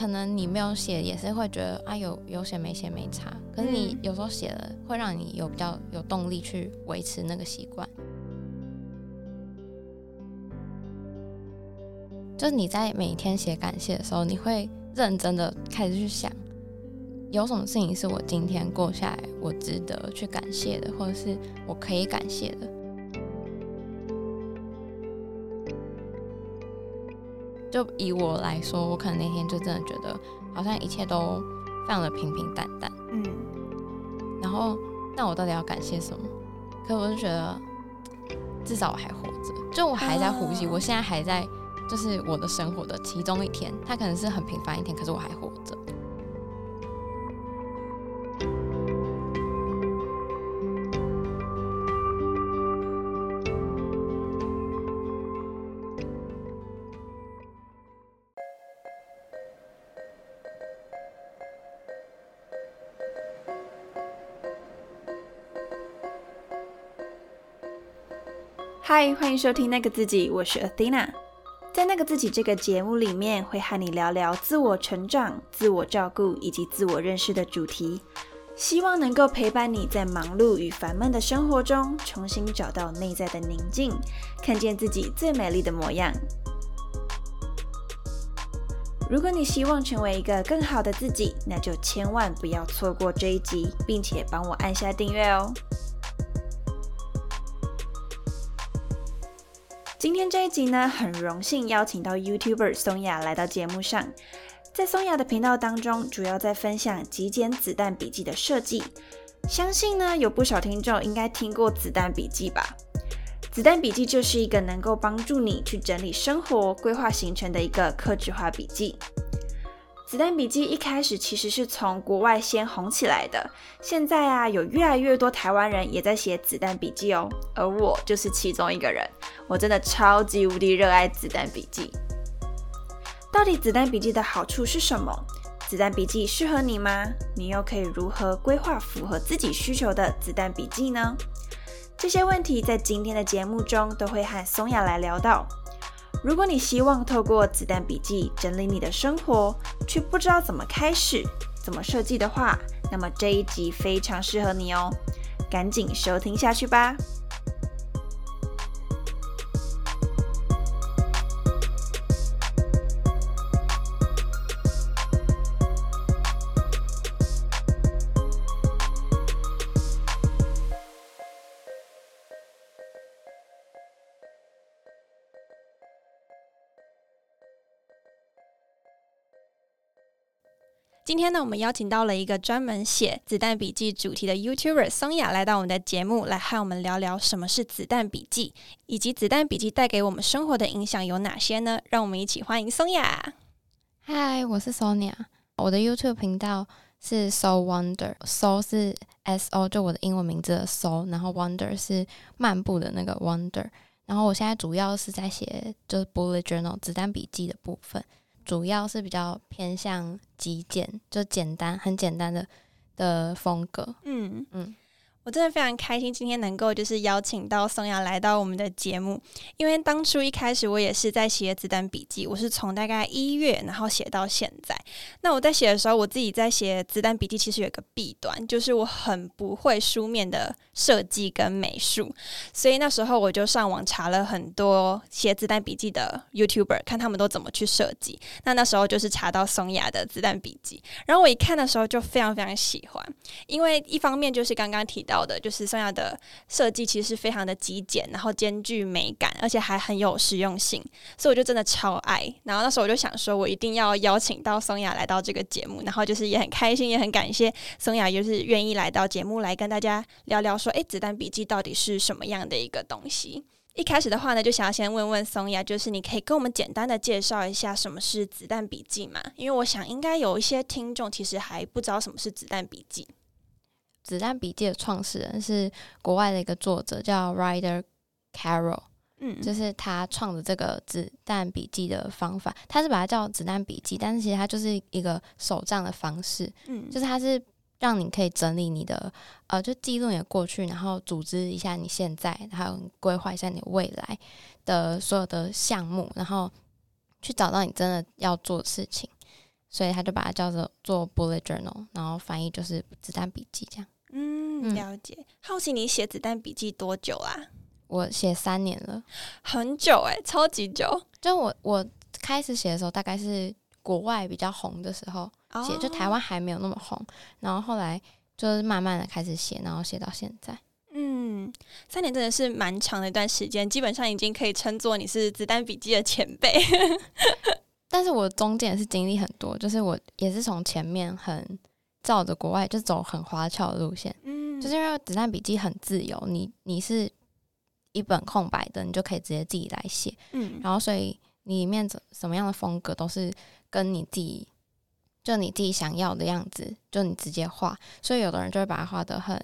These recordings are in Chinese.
可能你没有写也是会觉得啊有写没写没差，可是你有时候写了会让你比较有动力去维持那个习惯。就是你在每天写感谢的时候，你会认真的开始去想，有什么事情是我今天过下来我值得去感谢的，或者是我可以感谢的。就以我来说，我可能那天就真的觉得好像一切都非常的平平淡淡，然后那我到底要感谢什么？可我就觉得至少我还活着，就我还在呼吸，我现在还在，就是我的生活的其中一天，它可能是很平凡一天，可是我还活着。 嗨，欢迎收听那个自己，我是 Athena。 在那个自己这个节目里面，会和你聊聊自我成长、自我照顾以及自我认识的主题，希望能够陪伴你在忙碌与烦闷的生活中重新找到内在的宁静，看见自己最美丽的模样。如果你希望成为一个更好的自己，那就千万不要错过这一集，并且帮我按下订阅哦。今天这一集呢，很荣幸邀请到 YouTuber 松雅来到节目上。在松雅的频道当中，主要在分享极简子弹笔记的设计。相信呢，有不少听众应该听过子弹笔记吧？子弹笔记就是一个能够帮助你去整理生活、规划行程的一个客制化笔记。子弹笔记一开始其实是从国外先红起来的，现在啊，有越来越多台湾人也在写子弹笔记哦，而我就是其中一个人。我真的超级无敌热爱子弹笔记。到底子弹笔记的好处是什么？子弹笔记适合你吗？你又可以如何规划符合自己需求的子弹笔记呢？这些问题在今天的节目中都会和松雅来聊到。如果你希望透过子弹笔记整理你的生活，却不知道怎么开始、怎么设计的话，那么这一集非常适合你哦，赶紧收听下去吧。今天呢，我们邀请到了一个专门写子弹笔记主题的 YouTuber 松雅来到我们的节目，来和我们聊聊什么是子弹笔记，以及子弹笔记带给我们生活的影响有哪些呢？让我们一起欢迎松雅。 嗨，我是 Sonia， 我的 YouTube 频道是 Soul Wonder，Soul 是 SO， 就我的英文名字的 Soul， 然后 Wonder 是漫步的那个 Wonder， 然后我现在主要是在写就是 Bullet Journal 子弹笔记的部分，主要是比较偏向极简，就简单很简单的风格。 我真的非常开心今天能够就是邀请到松雅来到我们的节目，因为当初一开始我也是在写子弹笔记，我是从大概1月然后写到现在。那我在写的时候，我自己在写子弹笔记其实有一个弊端，就是我很不会书面的设计跟美术，所以那时候我就上网查了很多写子弹笔记的 YouTuber， 看他们都怎么去设计。那时候就是查到松雅的子弹笔记，然后我一看的时候就非常非常喜欢，因为一方面就是刚刚提到的，就是松雅的设计其实是非常的极简，然后兼具美感，而且还很有实用性，所以我就真的超爱。然后那时候我就想说，我一定要邀请到松雅来到这个节目，然后就是也很开心，也很感谢松雅就是愿意来到节目来跟大家聊聊说，子弹笔记到底是什么样的一个东西。一开始的话呢，就想要先问问松雅，就是你可以跟我们简单的介绍一下什么是子弹笔记吗？因为我想应该有一些听众其实还不知道什么是子弹笔记。 子弹笔记的创始人是国外的一个作者叫 Ryder Carroll，就是他创的这个子弹笔记的方法，他是把它叫子弹笔记，但是其实它就是一个手账的方式，就是它是让你可以整理你的就记录你的过去，然后组织一下你现在，还有规划一下你的未来的所有的项目，然后去找到你真的要做的事情。 所以他就把它叫做 bullet journal， 然后翻译就是子弹笔记这样。 了解。好奇你写子弹笔记多久啦？ 我写3年了， 很久超级久。 就我开始写的时候，大概是国外比较红的时候写，就台湾还没有那么红，然后后来就是慢慢的开始写，然后写到现在。 3年真的是蛮长的一段时间，基本上已经可以称作你是子弹笔记的前辈。 但是我中间也是经历很多，就是我也是从前面很照着国外就走很花俏的路线，就是因为子弹笔记很自由，你是一本空白的，你就可以直接自己来写，然后所以你里面什么样的风格都是跟你自己想要的样子，就你直接画，所以有的人就会把它画得很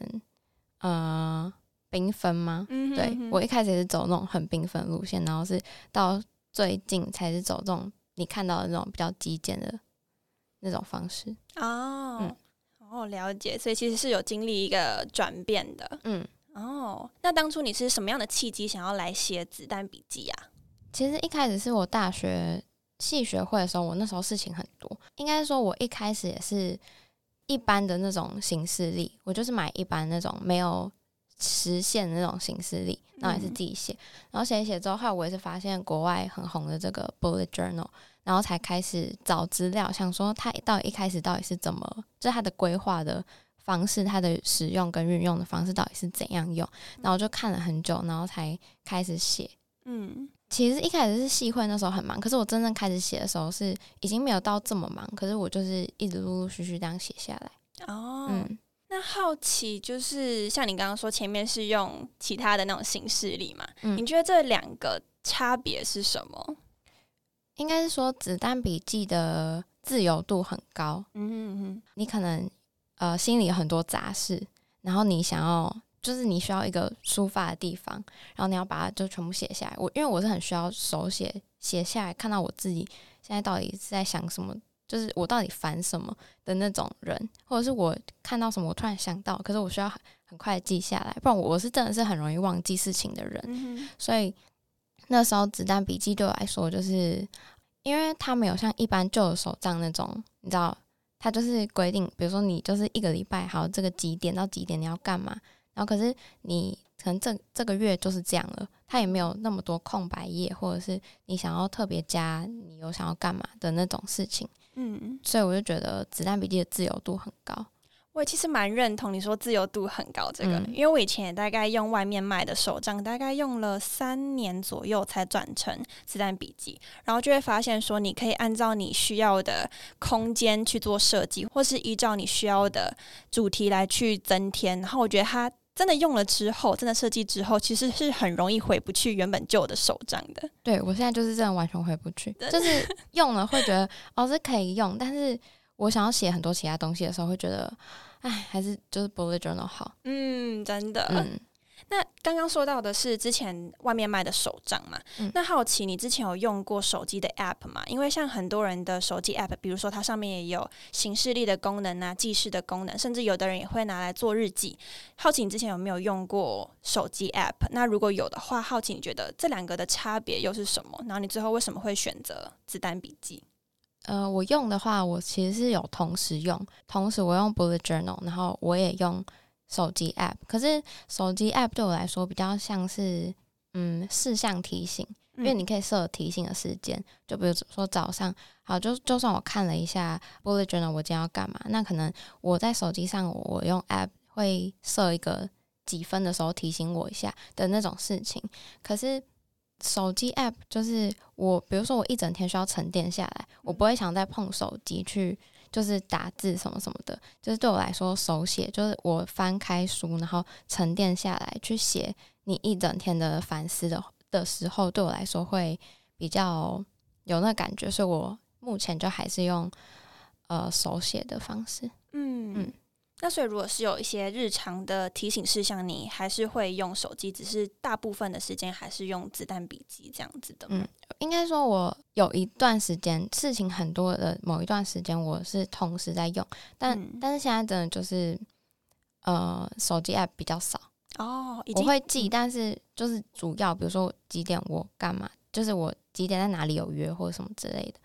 缤纷吗？对，我一开始也是走那种很缤纷路线，然后是到最近才是走这种你看到的那种比较极简的那种方式。 了解，所以其实是有经历一个转变的。那当初你是什么样的契机想要来写子弹笔记啊？ 其实一开始是我大学系学会的时候，我那时候事情很多，应该说我一开始也是一般的那种行事历，我就是买一般那种没有实现的那种行事历，然后也是自己写，然后写一写之后，后来我也是发现国外很红的这个 bullet journal， 然后才开始找资料，想说它到底一开始到底是怎么，就是它的规划的方式，它的使用跟运用的方式到底是怎样用，然后就看了很久，然后才开始写。其实一开始是系会那时候很忙，可是我真正开始写的时候是已经没有到这么忙，可是我就是一直陆陆续续这样写下来。 那好奇就是像你刚刚说前面是用其他的那种形式力嘛，你觉得这两个差别是什么？ 应该是说子弹笔记的自由度很高，你可能心里有很多杂事，然后你想要就是你需要一个抒发的地方，然后你要把它就全部写下来。因为我是很需要手写下来，看到我自己现在到底是在想什么，就是我到底烦什么的那种人，或者是我看到什么我突然想到，可是我需要很快记下来，不然我是真的是很容易忘记事情的人。所以那时候子弹笔记对我来说，就是因为它没有像一般旧的手账那种，你知道它就是规定，比如说你就是一个礼拜好这个几点到几点你要干嘛，然后可是你可能这个月就是这样了，它也没有那么多空白页，或者是你想要特别加你有想要干嘛的那种事情。所以我就觉得子弹笔记的自由度很高。 我其实蛮认同你说自由度很高这个，因为我以前也大概用外面卖的手账，大概用了3年左右才转成子弹笔记，然后就会发现说你可以按照你需要的空间去做设计，或是依照你需要的主题来去增添，然后我觉得它真的用了之后，真的设计之后，其实是很容易回不去原本旧的手账的。 对，我现在就是真的完全回不去，就是用了会觉得是可以用，但是我想要写很多其他东西的时候会觉得还是就是 bullet journal 好。 真的。那刚刚说到的是之前外面卖的手账嘛，那好奇你之前有用过手机的 app 吗？因为像很多人的手机 app， 比如说它上面也有行事历的功能啊，记事的功能，甚至有的人也会拿来做日记。好奇你之前有没有用过手机 app？ 那如果有的话，好奇你觉得这两个的差别又是什么？然后你最后为什么会选择子弹笔记？ 我用的话，我其实是有同时我用 bullet journal， 然后我也用手机 app， 可是手机 app 对我来说比较像是事项提醒，因为你可以设提醒的时间，就比如说早上，好，就算我看了一下 bullet journal 我今天要干嘛，那可能我在手机上我用 app 会设一个几分的时候提醒我一下的那种事情，可是手机 app 就是比如说我一整天需要沉淀下来，我不会想再碰手机去就是打字什么什么的，就是对我来说手写就是我翻开书然后沉淀下来去写你一整天的反思的时候，对我来说会比较有那感觉，所以我目前就还是用手写的方式。 那所以如果是有一些日常的提醒事项，你还是会用手机，只是大部分的时间还是用子弹笔记这样子的吗？ 应该说我有一段时间事情很多的某一段时间我是同时在用，但是现在真的就是手机 app 比较少我会记，但是就是主要比如说几点我干嘛，就是我几点在哪里有约或者什么之类的，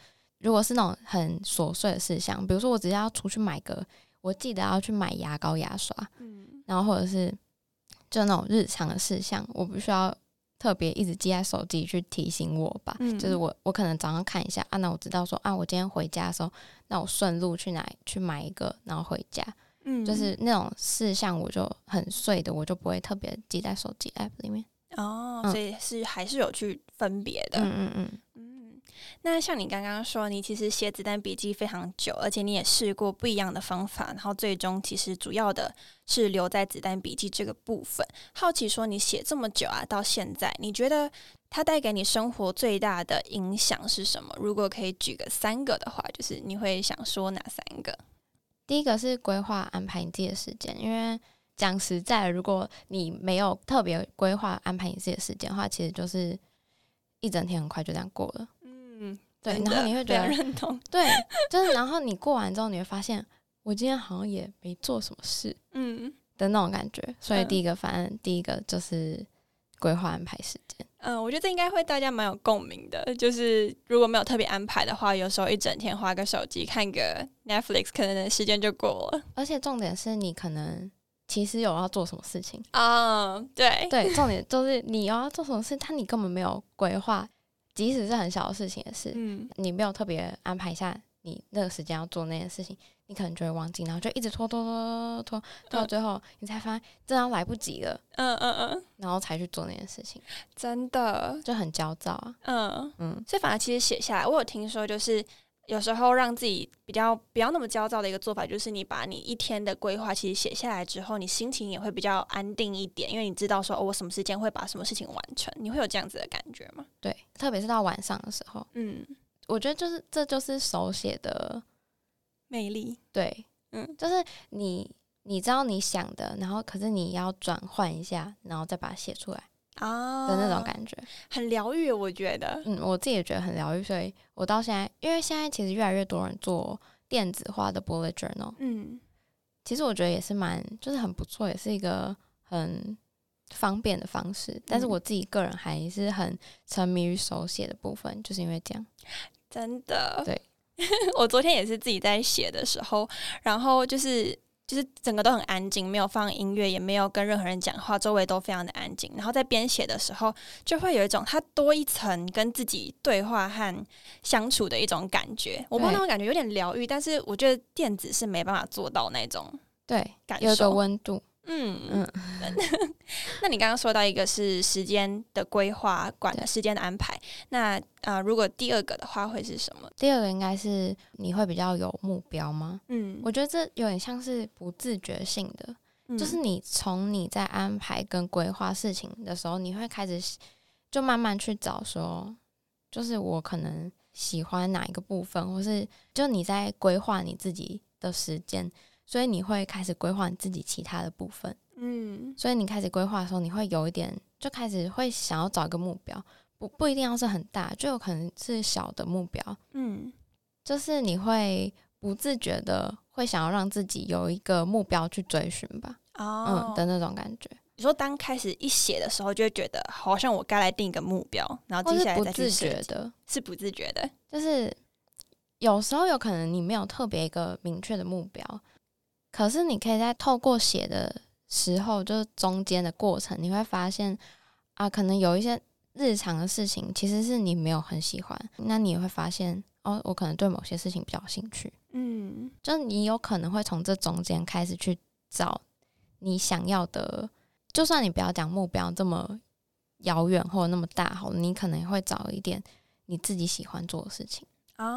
如果是那种很琐碎的事项，比如说我只是要出去我记得要去买牙膏牙刷，然后或者是就那种日常的事项，我不需要特别一直记在手机去提醒我吧，就是我可能早上看一下啊，那我知道说啊，我今天回家的时候，那我顺路去买一个，然后回家，就是那种事项我就很碎的，我就不会特别记在手机 app 里面。 所以还是有去分别的。那像你刚刚说，你其实写子弹笔记非常久，而且你也试过不一样的方法，然后最终其实主要的是留在子弹笔记这个部分。好奇说你写这么久啊，到现在你觉得它带给你生活最大的影响是什么？如果可以举个3个的话，就是你会想说哪3个？ 第一个是规划安排你自己的时间，因为讲实在的，如果你没有特别规划安排你自己的时间的话，其实就是一整天很快就这样过了。对，然后你会觉得认同， 对，就是然后你过完之后，你会发现我今天好像也没做什么事，的那种感觉。所以反正第一个就是规划安排时间。 我觉得这应该会大家蛮有共鸣的，就是如果没有特别安排的话，有时候一整天花个手机看个 Netflix， 可能时间就过了。 而且重点是你可能其实有要做什么事情对， 重点就是你要做什么事，但你根本没有规划。即使是很小的事情也是，你没有特别安排一下你那个时间要做那件事情，你可能就会忘记，然后就一直拖到最后，你才发现真的要来不及了，然后才去做那件事情， 真的就很焦躁啊。 所以反而其实写下来，我有听说就是有时候让自己不要那么焦躁的一个做法，就是你把你一天的规划其实写下来之后，你心情也会比较安定一点，因为你知道说我什么时间会把什么事情完成。你会有这样子的感觉吗？ 对，特别是到晚上的时候，我觉得这就是手写的魅力。 对，就是你知道你想的，然后可是你要转换一下，然后再把它写出来的那种感觉， 很疗愈，我觉得。 我自己也觉得很疗愈，所以我到现在，因为现在其实越来越多人做电子化的 bullet journal，其实我觉得也是就是很不错，也是一个很方便的方式。但是我自己个人还是很沉迷于手写的部分，就是因为这样。 真的， 对， 我昨天也是自己在写的时候，然后就是整个都很安静，没有放音乐，也没有跟任何人讲话，周围都非常的安静。然后在编写的时候，就会有一种它多一层跟自己对话和相处的一种感觉。我不知道那种感觉有点疗愈，但是我觉得电子是没办法做到那种感受， 有个温度。 那你刚刚说到一个是时间的规划，时间的安排。那如果第2个的话会是什么？ 第2个应该是你会比较有目标吗？我觉得这有点像是不自觉性的，就是你在安排跟规划事情的时候，你会开始就慢慢去找说，就是我可能喜欢哪一个部分，或是就你在规划你自己的时间，所以你会开始规划你自己其他的部分。所以你开始规划的时候，你会有一点就开始会想要找一个目标，不一定要是很大，就有可能是小的目标。就是你会不自觉的会想要让自己有一个目标去追寻吧。的那种感觉。 你说当开始一写的时候，就会觉得好像我该来定一个目标，然后接下来再去设计。是不自觉的， 就是有时候有可能你没有特别一个明确的目标，可是你可以在透过写的时候，就是中间的过程，你会发现可能有一些日常的事情其实是你没有很喜欢，那你也会发现我可能对某些事情比较有兴趣。就你有可能会从这中间开始去找你想要的，就算你不要讲目标这么遥远或者那么大好，你可能也会找一点你自己喜欢做的事情。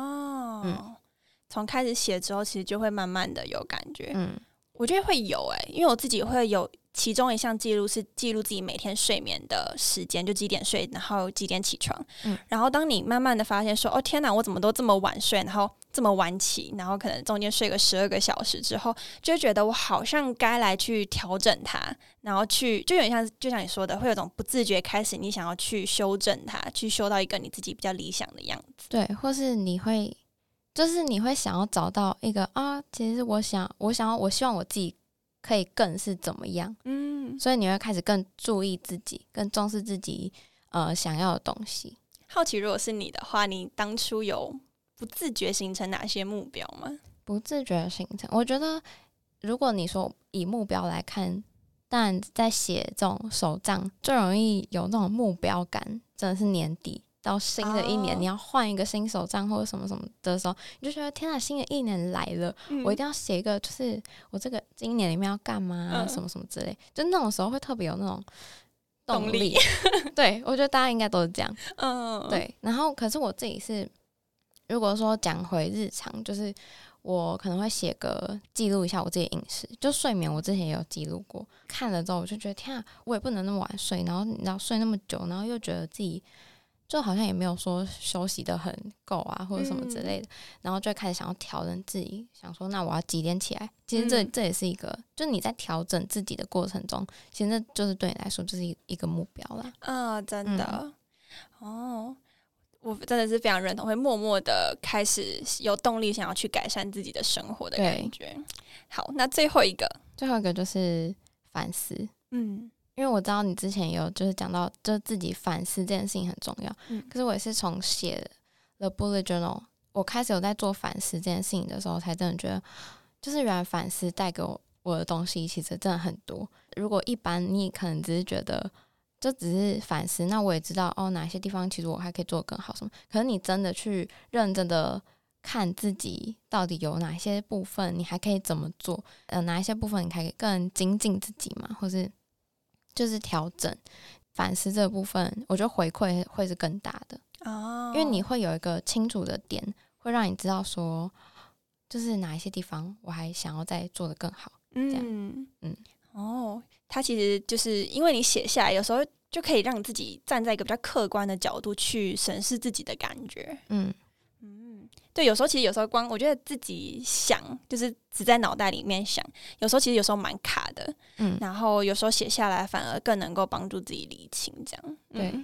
从开始写之后，其实就会慢慢的有感觉。我觉得会有因为我自己会有其中一项记录是记录自己每天睡眠的时间，就几点睡，然后几点起床。然后当你慢慢的发现说，天哪，我怎么都这么晚睡，然后这么晚起，然后可能中间睡个12个小时之后，就会觉得我好像该来去调整它，然后就有点像，就像你说的，会有种不自觉开始你想要去修正它，去修到一个你自己比较理想的样子。 对，或是你会想要找到一个其实我希望我自己可以更是怎么样。所以你会开始更注意自己，更重视自己想要的东西。 好奇如果是你的话，你当初有不自觉形成哪些目标吗？ 不自觉形成，我觉得如果你说以目标来看，但在写这种手账最容易有那种目标感，真的是年底到新的一年，你要换一个新手账或者什么什么的时候，你就觉得天哪，新的一年来了，我一定要写一个，就是我这个今年里面要干嘛什么什么之类，就那种时候会特别有那种动力。对，我觉得大家应该都是这样。对。然后可是我自己是，如果说讲回日常，就是我可能会写个记录一下我自己的饮食，就睡眠我之前也有记录过，看了之后我就觉得天啊，我也不能那么晚睡，然后你知道睡那么久，然后又觉得自己就好像也没有说休息的很够啊或者什么之类的，然后就会开始想要调整自己，想说那我要几点起来，其实这也是一个，就你在调整自己的过程中，其实这就是对你来说就是一个目标啦。 真的。我真的是非常认同，会默默的开始有动力想要去改善自己的生活的感觉。好，那最后一个就是反思。因为我知道你之前有就是讲到，就自己反思这件事情很重要。可是我也是从写了 bullet journal， 我开始有在做反思这件事情的时候，才真的觉得，就是原来反思带给我的东西其实真的很多。如果一般你可能只是觉得就只是反思，那我也知道哪些地方其实我还可以做得更好什么。可是你真的去认真的看自己到底有哪些部分你还可以怎么做，哪一些部分你可以更精进自己嘛，或是就是调整反思这个部分，我觉得回馈会是更大的。因为你会有一个清楚的点，会让你知道说就是哪一些地方我还想要再做得更好。这样。 它其实就是因为你写下来，有时候就可以让自己站在一个比较客观的角度去审视自己的感觉。对，有时候光我觉得自己想，就是只在脑袋里面想，有时候蛮卡的。然后有时候写下来反而更能够帮助自己理清，这样。 对。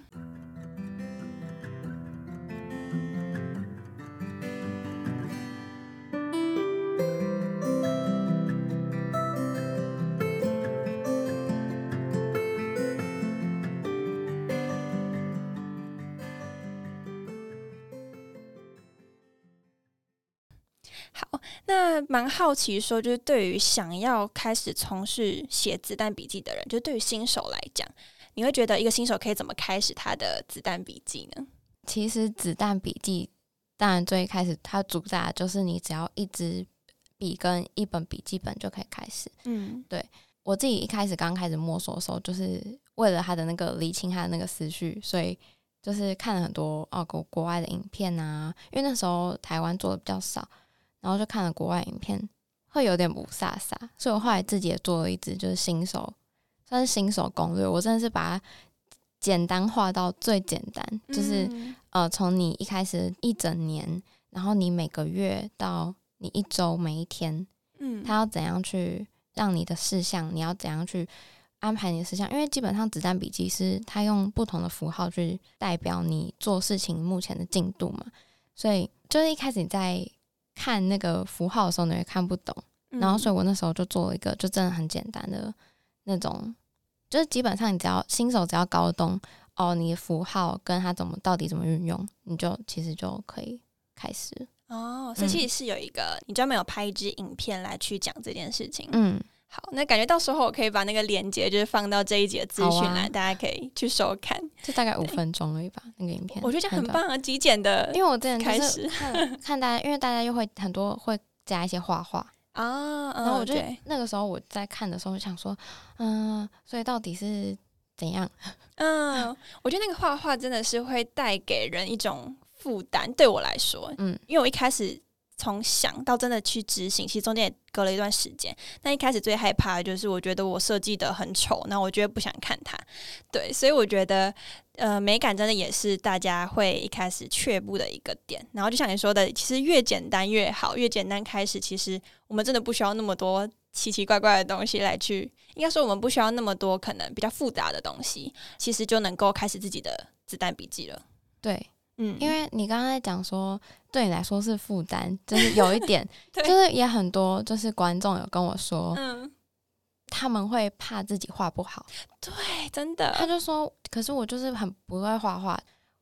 好，那蛮好奇说，就是对于想要开始从事写子弹笔记的人，就是对于新手来讲，你会觉得一个新手可以怎么开始他的子弹笔记呢？ 其实子弹笔记当然最开始它主打的就是你只要一支笔跟一本笔记本就可以开始。对，我自己一开始刚开始摸索的时候，就是为了他的那个理清他的那个思绪，所以就是看了很多国外的影片啊，因为那时候台湾做的比较少，然后就看了国外影片，会有点不飒飒，所以我后来自己也做了一支，就是算是新手攻略。我真的是把它简单化到最简单，就是从你一开始一整年，然后你每个月到你一周每一天，它要怎样去让你的事项，你要怎样去安排你的事项，因为基本上子弹笔记是它用不同的符号去代表你做事情目前的进度嘛，所以就是一开始你在看那个符号的时候你会看不懂，然后所以我那时候就做了一个就真的很简单的那种，就是基本上你新手只要搞得懂你的符号跟它到底怎么运用，你就其实就可以开始。 所以其实是有一个你专门有拍一支影片来去讲这件事情。好，那感觉到时候我可以把那个连结就是放到这一集的资讯栏，大家可以去收看。 就大概5分钟而已吧，那个影片。 我觉得很棒啊，极简的。 因为我之前就是看大家，因为大家又会很多会加一些画画然后我就那个时候我在看的时候想说，所以到底是怎样？ 我觉得那个画画真的是会带给人一种负担，对我来说，因为我一开始从想到真的去执行，其实中间也隔了一段时间。那一开始最害怕的就是我觉得我设计的很丑，那我觉得不想看它。对，所以我觉得美感真的也是大家会一开始却步的一个点。然后就像你说的，其实越简单越好，越简单开始，其实我们真的不需要那么多奇奇怪怪的东西来去，应该说我们不需要那么多可能比较复杂的东西，其实就能够开始自己的子弹笔记了。 对，因为你刚刚在讲说对你来说是负担，就是有一点就是也很多就是观众有跟我说他们会怕自己画不好。 对，真的， 他就说可是我就是很不会画画，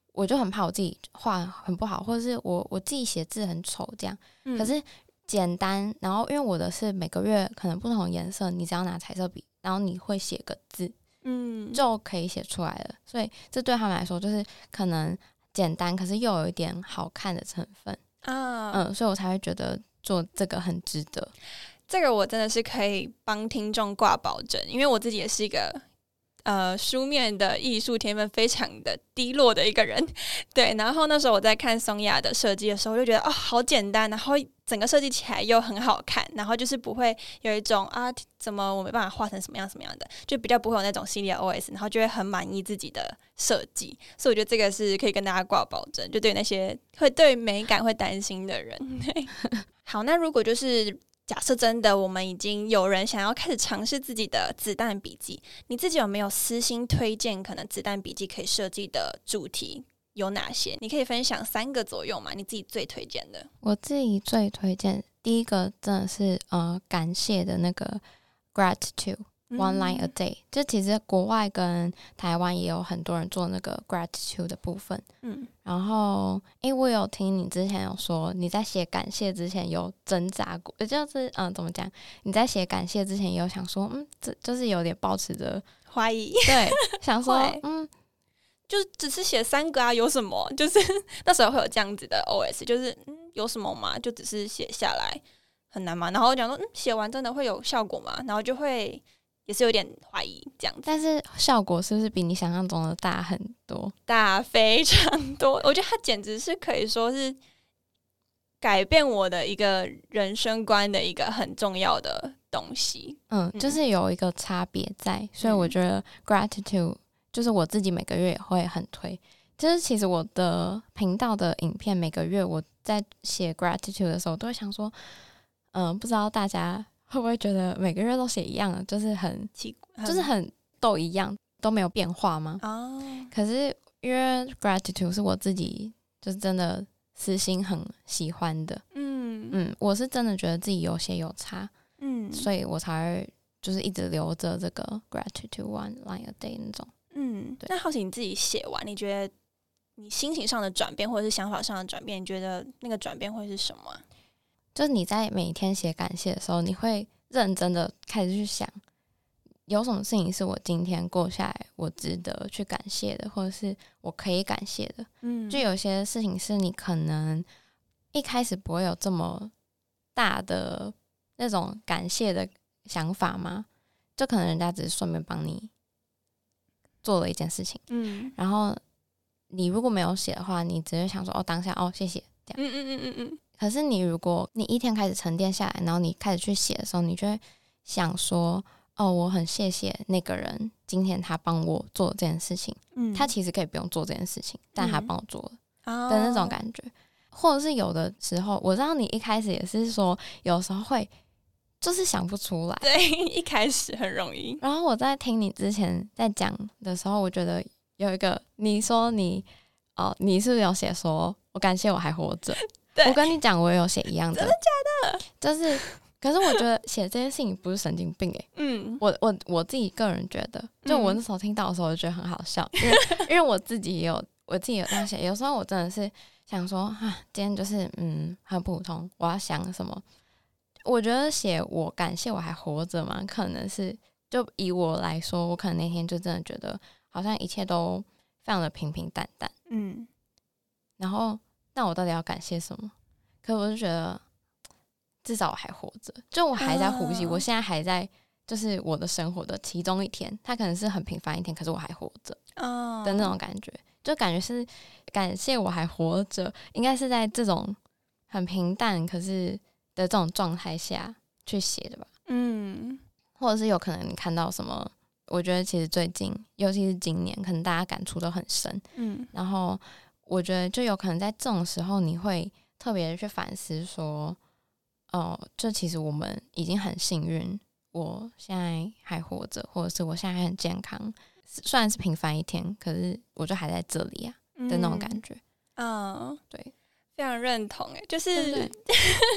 我就很怕我自己画很不好，或者是我自己写字很丑这样。可是简单，然后因为我的是每个月可能不同颜色，你只要拿彩色笔，然后你会写个字，就可以写出来了。所以这对他们来说就是可能简单，可是又有一点好看的成分所以我才会觉得做这个很值得。 这个我真的是可以帮听众挂保证，因为我自己也是一个书面的艺术天分非常的低落的一个人，对。然后那时候我在看松雅的设计的时候，就觉得好简单，然后整个设计起来又很好看，然后就是不会有一种怎么我没办法画成什么样什么样的，就比较不会有那种心理的 OS， 然后就会很满意自己的设计。所以我觉得这个是可以跟大家挂保证，就对那些会对美感会担心的人。好，那如果就是假设真的我们已经有人想要开始尝试自己的子弹笔记，你自己有没有私心推荐可能子弹笔记可以设计的主题有哪些？你可以分享3个左右吗？你自己最推荐的？ 我自己最推荐第一个真的是感谢的那个 gratitude one line a day，就其实国外跟台湾也有很多人做那个 gratitude 的部分。然后因为我有听你之前有说你在写感谢之前有挣扎过，就是怎么讲？你在写感谢之前也有想说这就是有点抱持着怀疑， 对，想说就只是写3个有什么？就是那时候会有这样子的 OS， 就是有什么嘛？就只是写下来很难嘛？然后讲说写完真的会有效果吗？然后就会也是有点怀疑这样子。 但是效果是不是比你想象中的大很多？ 大非常多，我觉得它简直是可以说是改变我的一个人生观的一个很重要的东西。 就是有一个差别在，所以我觉得 gratitude 就是我自己每个月也会很推。就是其实我的频道的影片每个月我在写 gratitude 的时候，都会想说，不知道大家会不会觉得每个月都写一样的，就是很都一样，都没有变化吗？可是因为 gratitude 是我自己就是真的私心很喜欢的，我是真的觉得自己有写有差，所以我才会就是一直留着这个 gratitude one line a day 那种。 那好奇你自己写完，你觉得你心情上的转变或者是想法上的转变，你觉得那个转变会是什么？ 就是你在每天写感谢的时候，你会认真的开始去想，有什么事情是我今天过下来我值得去感谢的，或者是我可以感谢的。就有些事情是你可能一开始不会有这么大的那种感谢的想法吗？就可能人家只是顺便帮你做了一件事情，然后你如果没有写的话，你只是想说当下谢谢这样，可是你如果你一天开始沉淀下来，然后你开始去写的时候，你就会想说我很谢谢那个人今天他帮我做这件事情，他其实可以不用做这件事情，但他帮我做了的那种感觉。或者是有的时候我知道你一开始也是说有时候会就是想不出来， 对，一开始很容易。 然后我在听你之前在讲的时候，我觉得有一个你说你是不是有写说我感谢我还活着？我跟你讲我也有写一样的。 真的假的？ 就是可是我觉得写这件事情不是神经病我自己个人觉得，就我那时候听到的时候我就觉得很好笑，因为我自己也有这样写，有时候我真的是想说今天就是很普通，我要想什么。我觉得写我感谢我还活着嘛，可能是就以我来说，我可能那天就真的觉得好像一切都非常的平平淡淡，然后那我到底要感谢什么？可我就觉得至少我还活着，就我还在呼吸，我现在还在就是我的生活的其中一天，它可能是很平凡一天，可是我还活着的那种感觉，就感觉是感谢我还活着，应该是在这种很平淡可是的这种状态下去写的吧。或者是有可能你看到什么，我觉得其实最近尤其是今年可能大家感触都很深，然后我觉得就有可能在这种时候你会特别的去反思说就其实我们已经很幸运，我现在还活着，或者是我现在还很健康，虽然是平凡一天，可是我就还在这里的那种感觉。对， 非常认同就是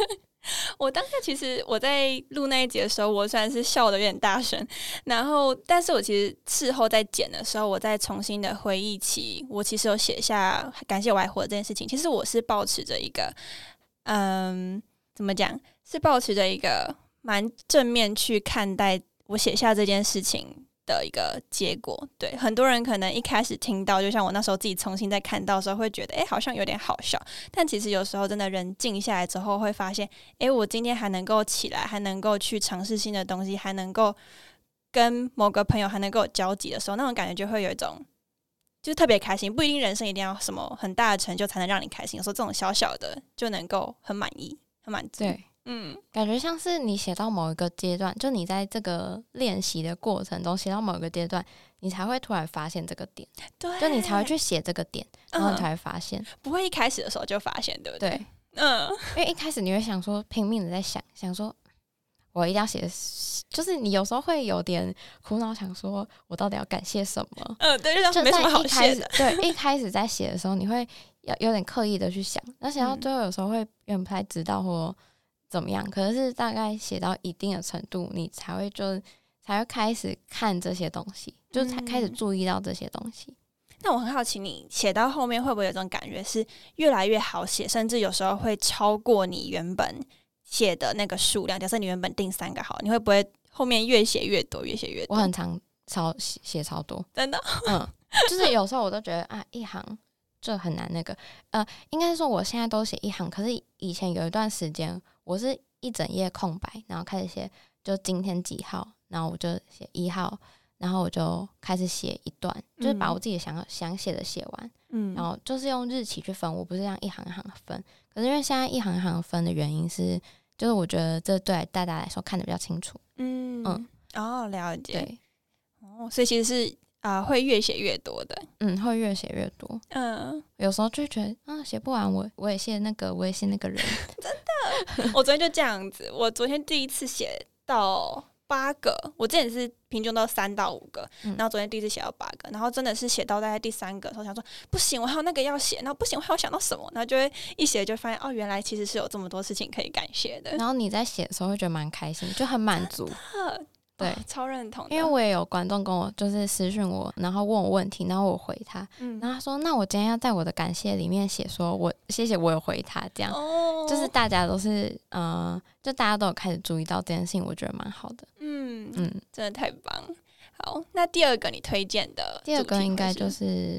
我当下其实我在录那一集的时候，我虽然是笑的有点大声，然后但是我其实事后在剪的时候，我再重新的回忆起，我其实有写下感谢我还活着这件事情。其实我是抱持着一个，怎么讲，是抱持着一个蛮正面去看待我写下这件事情的一个结果。对，很多人可能一开始听到，就像我那时候自己重新再看到的时候，会觉得好像有点好笑，但其实有时候真的人静下来之后会发现，我今天还能够起来，还能够去尝试新的东西，还能够跟某个朋友还能够有交集的时候，那种感觉就会有一种就是特别开心。不一定人生一定要什么很大的成就才能让你开心，有时候这种小小的就能够很满意很满足。 对，感觉像是你写到某一个阶段，就你在这个练习的过程中写到某一个阶段，你才会突然发现这个点， 对， 就你才会去写这个点，然后你才会发现， 不会一开始的时候就发现，对不对？ 对，因为一开始你会想说拼命的在想说我一定要写，就是你有时候会有点苦恼，想说我到底要感谢什么？ 对，就没什么好写的。 对，一开始在写的时候，你会有点刻意的去想，而且到最后有时候会有点不太知道或怎么样。可是大概写到一定的程度，你才会开始看这些东西，就才开始注意到这些东西。 那我很好奇，你写到后面会不会有种感觉是越来越好写，甚至有时候会超过你原本写的那个数量？假设你原本定3个好，你会不会后面越写越多，越写越多？ 我很常写超多， 真的。 就是有时候我都觉得一行这很难那个，应该说我现在都写一行，可是以前有一段时间我是一整页空白，然后开始写就今天几号，然后我就写1号，然后我就开始写一段，就是把我自己想写的写完，然后就是用日期去分，我不是这样一行一行分。可是因为现在一行一行分的原因是，就是我觉得这对大家来说看得比较清楚。 了解。 对， 所以其实是会越写越多的。 会越写越多。有时候就觉得写不完，我也写那个，我也写那个人。 真的，我昨天就这样子，我昨天第一次写到8个，我之前是平均都3到5个，然后昨天第一次写到8个，然后真的是写到大概第3个的时候，想说不行，我还有那个要写，然后不行，我还有想到什么，然后就会一写就发现原来其实是有这么多事情可以感谢的。 然后你在写的时候会觉得蛮开心，就很满足。对， 超认同的。 因为我也有观众跟我就是私讯我，然后问我问题，然后我回他，然后他说那我今天要在我的感谢里面写说我谢谢我有回他，这样就是大家都是就大家都有开始注意到这件事情，我觉得蛮好的。 真的太棒。好，那第二个你推荐的第二个应该就是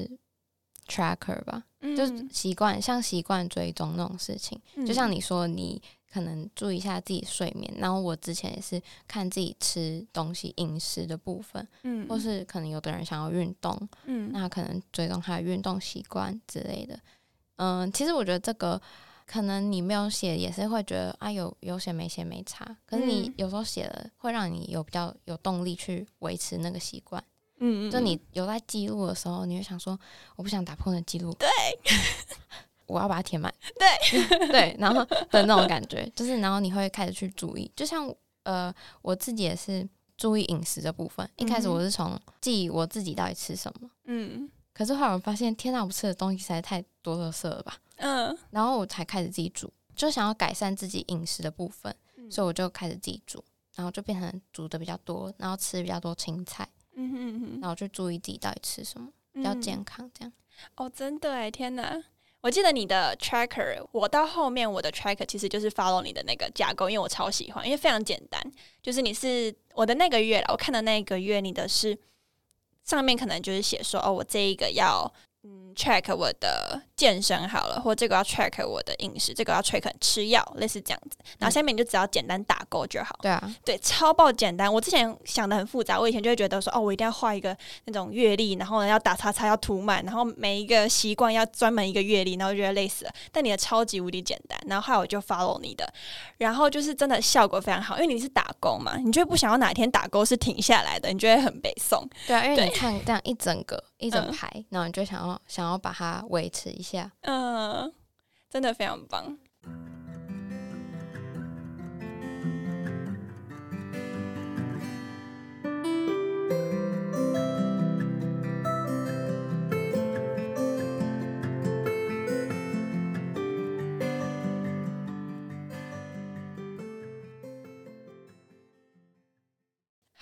tracker 吧，就是习惯追踪那种事情，就像你说你可能注意一下自己睡眠，然后我之前也是看自己吃东西饮食的部分，或是可能有的人想要运动，那可能追踪他的运动习惯之类的。其实我觉得这个可能你没有写也是会觉得有写没写没差，可是你有时候写了会让你比较有动力去维持那个习惯。就你有在记录的时候，你会想说我不想打破那记录， 对我要把它填满， 对对，然后的那种感觉，就是然后你会开始去注意，就像我自己也是注意饮食的部分。一开始我是从记我自己到底吃什么，可是后来我发现天哪，我吃的东西实在太多垃圾了吧，然后我才开始自己煮，就想要改善自己饮食的部分，所以我就开始自己煮，然后就变成煮的比较多，然后吃比较多青菜，然后去注意自己到底吃什么，比较健康这样。 真的耶，天哪！我记得你的 tracker， 我到后面我的 tracker 其实就是 follow 你的那个架构，因为我超喜欢，因为非常简单，就是你是我的那个月啦，我看的那个月，你的是上面可能就是写说我这一个要track 我的健身好了，或这个要 track 我的饮食，这个要 track 吃药，类似这样子。然后下面你就只要简单打勾就好。 对啊， 对，超爆简单。我之前想的很复杂，我以前就会觉得说我一定要画一个那种月历，然后呢要打叉叉，要涂满，然后每一个习惯要专门一个月历，然后就觉得累死了。但你的超级无敌简单，然后后来我就 follow 你的，然后就是真的效果非常好，因为你是打勾嘛，你就会不想要哪天打勾是停下来的，你就会很北宋。 对啊，因为你看这样一整排，然后你就想要把它维持一下。 真的非常棒。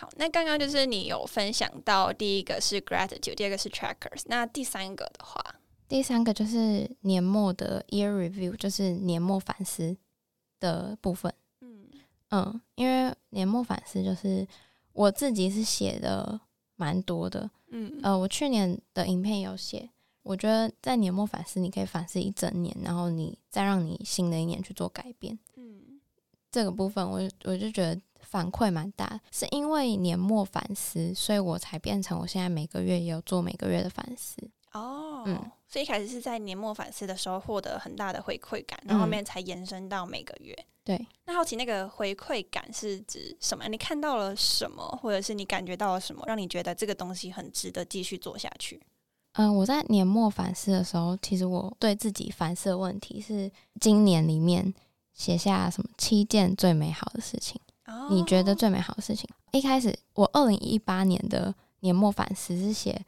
好，那刚刚就是你有分享到第一个是 gratitude， 第二个是 trackers， 那第三个的话， 第三个就是年末的 year review， 就是年末反思的部分。因为年末反思就是我自己是写的蛮多的。我去年的影片有写，我觉得在年末反思你可以反思一整年，然后你再让你新的一年去做改变。这个部分我就觉得反馈蛮大，是因为年末反思，所以我才变成我现在每个月也有做每个月的反思。 所以一开始是在年末反思的时候获得很大的回馈感，然后后面才延伸到每个月。 对， 那好奇那个回馈感是指什么？你看到了什么，或者是你感觉到了什么，让你觉得这个东西很值得继续做下去？ 我在年末反思的时候，其实我对自己反思的问题是今年里面写下什么7件最美好的事情。你觉得最美好的事情？一开始我2018年的年末反思是写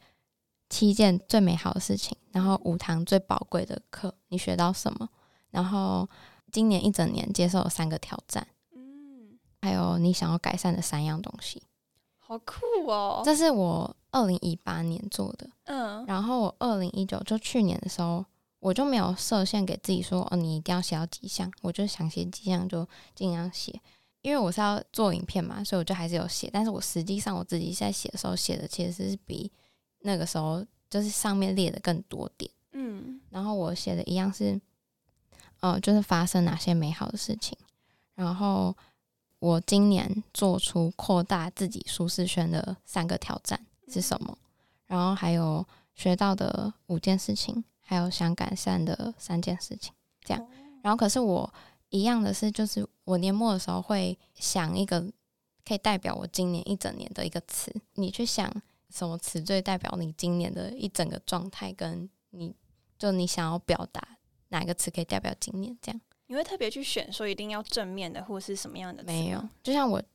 7件最美好的事情，然后5堂最宝贵的课，你学到什么？然后今年一整年接受了3个挑战，还有你想要改善的3样东西。 好酷哦！ 这是我2018年做的。然后我2019就去年的时候，我就没有设限给自己说你一定要写到几项，我就想写几项就尽量写。因为我是要做影片嘛，所以我就还是有写，但是我实际上我自己在写的时候写的其实是比那个时候就是上面列的更多点。然后我写的一样是就是发生哪些美好的事情，然后我今年做出扩大自己舒适圈的3个挑战是什么，然后还有学到的5件事情，还有想改善的3件事情，这样。然后可是我一样的是，就是我年末的时候会想一个可以代表我今年一整年的一个词，你去想什么词最代表你今年的一整个状态，跟你想要表达哪个词可以代表今年，这样。 你会特别去选说一定要正面的或是什么样的词吗？ 没有，就像我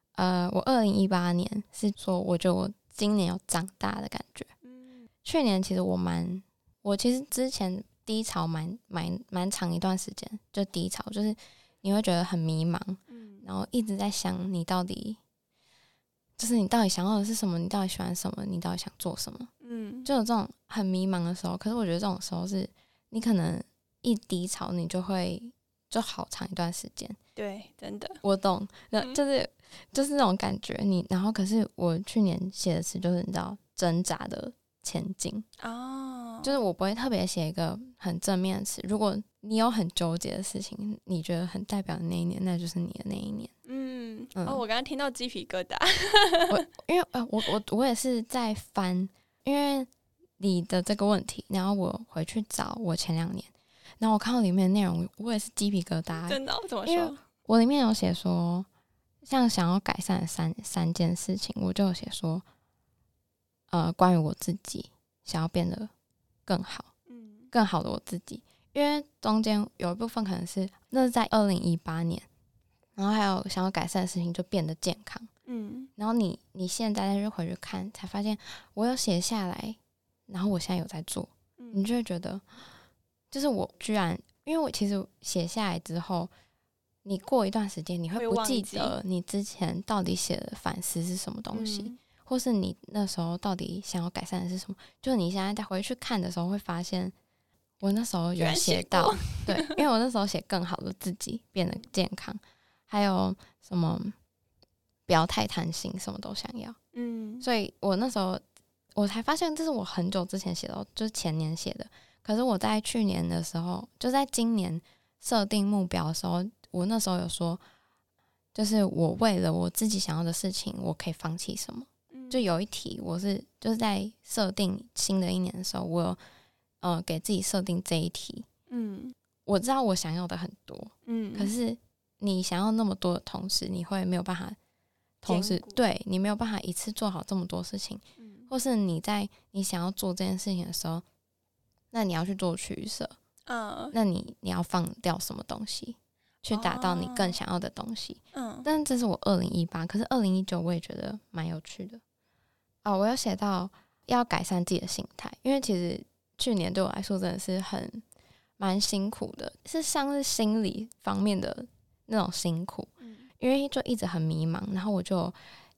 2018年是说我觉得我今年有长大的感觉。去年其实我其实之前低潮蛮长一段时间，就低潮就是你会觉得很迷茫，然后一直在想你到底想要的是什么，你到底喜欢什么，你到底想做什么，就有这种很迷茫的时候。可是我觉得这种时候是你可能一低潮你就好长一段时间。 对，真的我懂，就是那种感觉。然后可是我去年写的词就是你知道挣扎的前进就是我不会特别写一个很正面的词。如果你有很纠结的事情，你觉得很代表的那一年，那就是你的那一年。 我刚刚听到鸡皮疙瘩。 因为我也是在翻，因为你的这个问题，然后我回去找我前2年，然后我看到里面的内容，我也是鸡皮疙瘩。 真的？怎么说？ 因为我里面有写说，像想要改善的三件事情，我就有写说，关于我自己想要变得更好，更好的我自己。因为中间有一部分可能是那是在2018年，然后还有想要改善的事情就变得健康。然后你现在再去回去看，才发现我有写下来，然后我现在有在做，你就会觉得，就是我居然，因为我其实写下来之后，你过一段时间你会不记得你之前到底写的反思是什么东西，或是你那时候到底想要改善的是什么。就你现在再回去看的时候，会发现我那时候有写到，对，因为我那时候写更好的自己变得健康，还有什么不要太贪心，什么都想要。所以我那时候我才发现，这是我很久之前写的，就是前年写的。可是我在去年的时候，就在今年设定目标的时候，我那时候有说，就是我为了我自己想要的事情，我可以放弃什么。就有一题，就是在设定新的一年的时候，我有给自己设定这一题。我知道我想要的很多，可是你想要那么多的同时，你会没有办法同时，对，你没有办法一次做好这么多事情，或是你想要做这件事情的时候，那你要去做取舍，那你要放掉什么东西去达到你更想要的东西。但这是我2018，可是2019我也觉得蛮有趣的。我有写到要改善自己的心态，因为其实去年对我来说真的是蛮辛苦的，是像是心理方面的那种辛苦。因为就一直很迷茫，然后我就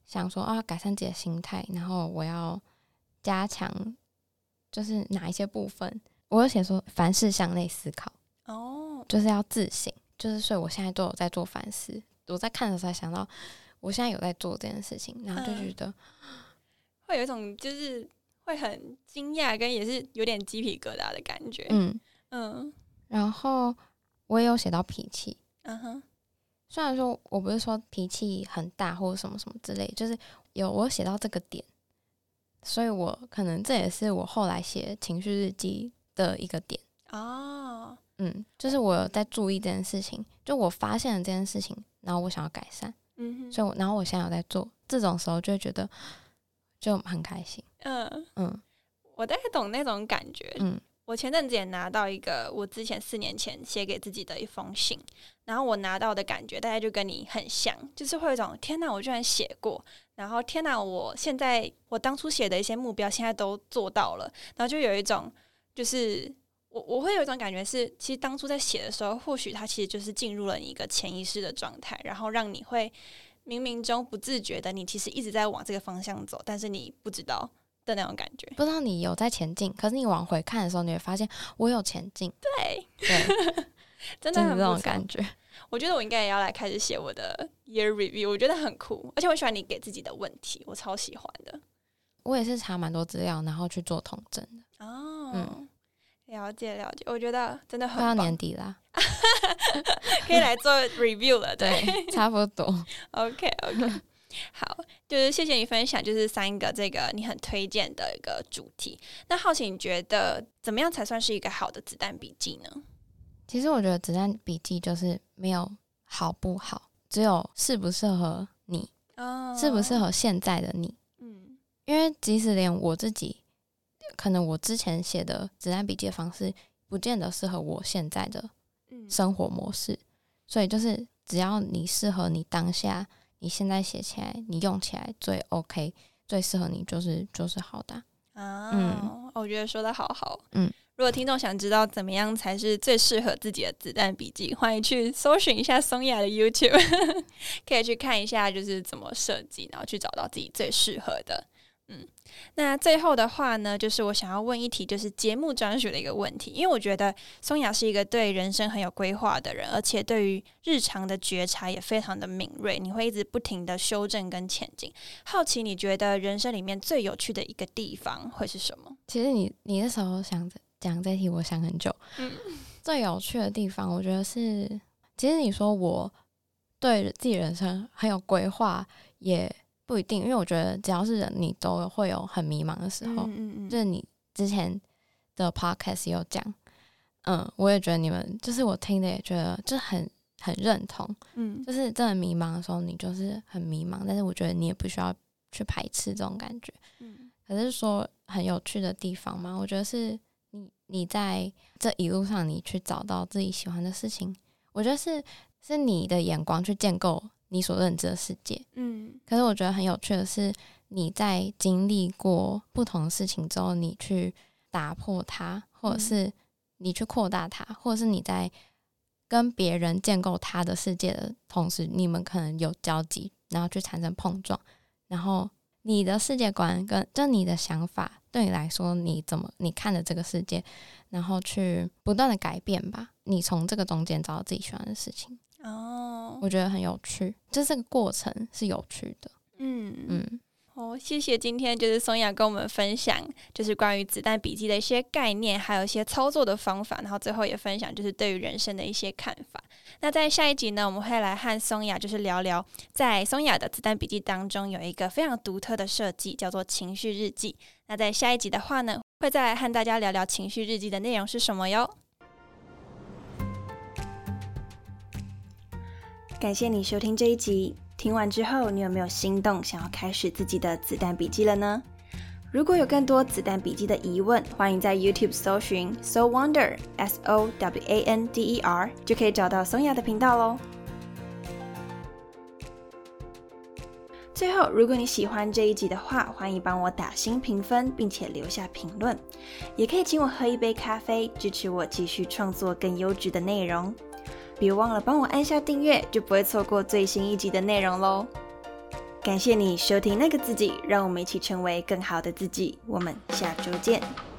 想说啊，改善自己的心态，然后我要加强就是哪一些部分，我有写说凡事向内思考就是要自省，就是所以我现在都有在做反思。我在看的时候才想到我现在有在做这件事情，然后就觉得会有一种就是会很惊讶跟也是有点鸡皮疙瘩的感觉。然后我也有写到脾气，虽然说我不是说脾气很大或者什么什么之类，就是我有写到这个点，所以我可能这也是我后来写情绪日记的一个点就是我有在注意这件事情，就我发现了这件事情，然后我想要改善，所以然后我现在有在做，这种时候就会觉得就很开心。 我大概懂那种感觉。我前阵子也拿到一个我之前4年前写给自己的一封信，然后我拿到的感觉大概就跟你很像，就是会有一种天哪我居然写过，然后天哪我当初写的一些目标现在都做到了，然后就有一种就是我会有一种感觉是，其实当初在写的时候，或许它其实就是进入了你一个潜意识的状态，然后让你会冥冥中不自觉的你其实一直在往这个方向走，但是你不知道的那种感觉， 不知道你有在前进，可是你往回看的时候，你会发现我有前进。 对真的很不错， 这种感觉。 我觉得我应该也要来开始写我的 year review， 我觉得很酷，而且我喜欢你给自己的问题，我超喜欢的。 我也是查蛮多资料，然后去做统整的。 了解，我觉得真的很棒。 快到年底啦， 可以来做 review 了。对， 差不多。 OK， 好，就是谢谢你分享，就是3个这个你很推荐的一个主题。那好奇你觉得怎么样才算是一个好的子弹笔记呢？ 其实我觉得子弹笔记就是没有好不好，只有适不适合你，适不适合现在的你。因为即使连我自己，可能我之前写的子弹笔记的方式不见得适合我现在的生活模式，所以就是只要你适合你当下，你现在写起来你用起来最 OK 最适合你就是好的我觉得说的好好。如果听众想知道怎么样才是最适合自己的子弹笔记，欢迎去搜寻一下松雅的 YouTube 可以去看一下就是怎么设计，然后去找到自己最适合的。那最后的话呢，就是我想要问一题，就是节目专属的一个问题，因为我觉得松雅是一个对人生很有规划的人，而且对于日常的觉察也非常的敏锐，你会一直不停的修正跟前进。好奇你觉得人生里面最有趣的一个地方会是什么？ 其实你那时候想讲这题，我想很久。最有趣的地方，我觉得是，其实你说我对自己人生很有规划，也不一定，因为我觉得只要是人，你都会有很迷茫的时候。就是你之前的 podcast 有讲，我也觉得你们就是我听的也觉得就很认同。就是真的迷茫的时候，你就是很迷茫，但是我觉得你也不需要去排斥这种感觉。可是说很有趣的地方嘛，我觉得是你在这一路上，你去找到自己喜欢的事情，我觉得是你的眼光去建构你所认知的世界。可是我觉得很有趣的是，你在经历过不同的事情之后，你去打破它，或者是你去扩大它，或者是你在跟别人建构他的世界的同时，你们可能有交集，然后去产生碰撞，然后你的世界观跟就你的想法对你来说，你看的这个世界，然后去不断的改变吧，你从这个中间找到自己喜欢的事情。我觉得很有趣，就是这个过程是有趣的。 谢谢今天就是松雅跟我们分享就是关于子弹笔记的一些概念，还有一些操作的方法，然后最后也分享就是对于人生的一些看法。那在下一集呢，我们会来和松雅就是聊聊在松雅的子弹笔记当中有一个非常独特的设计，叫做情绪日记。那在下一集的话呢，会再来和大家聊聊情绪日记的内容是什么哟。感谢你收听这一集，听完之后你有没有心动想要开始自己的子弹笔记了呢？如果有更多子弹笔记的疑问，欢迎在 YouTube 搜寻 Sowander SOWANDER 就可以找到松雅的频道咯。最后，如果你喜欢这一集的话，欢迎帮我打星评分，并且留下评论，也可以请我喝一杯咖啡，支持我继续创作更优质的内容。别忘了帮我按下订阅，就不会错过最新一集的内容咯。 感谢你收听那个自己，让我们一起成为更好的自己。我们下周见。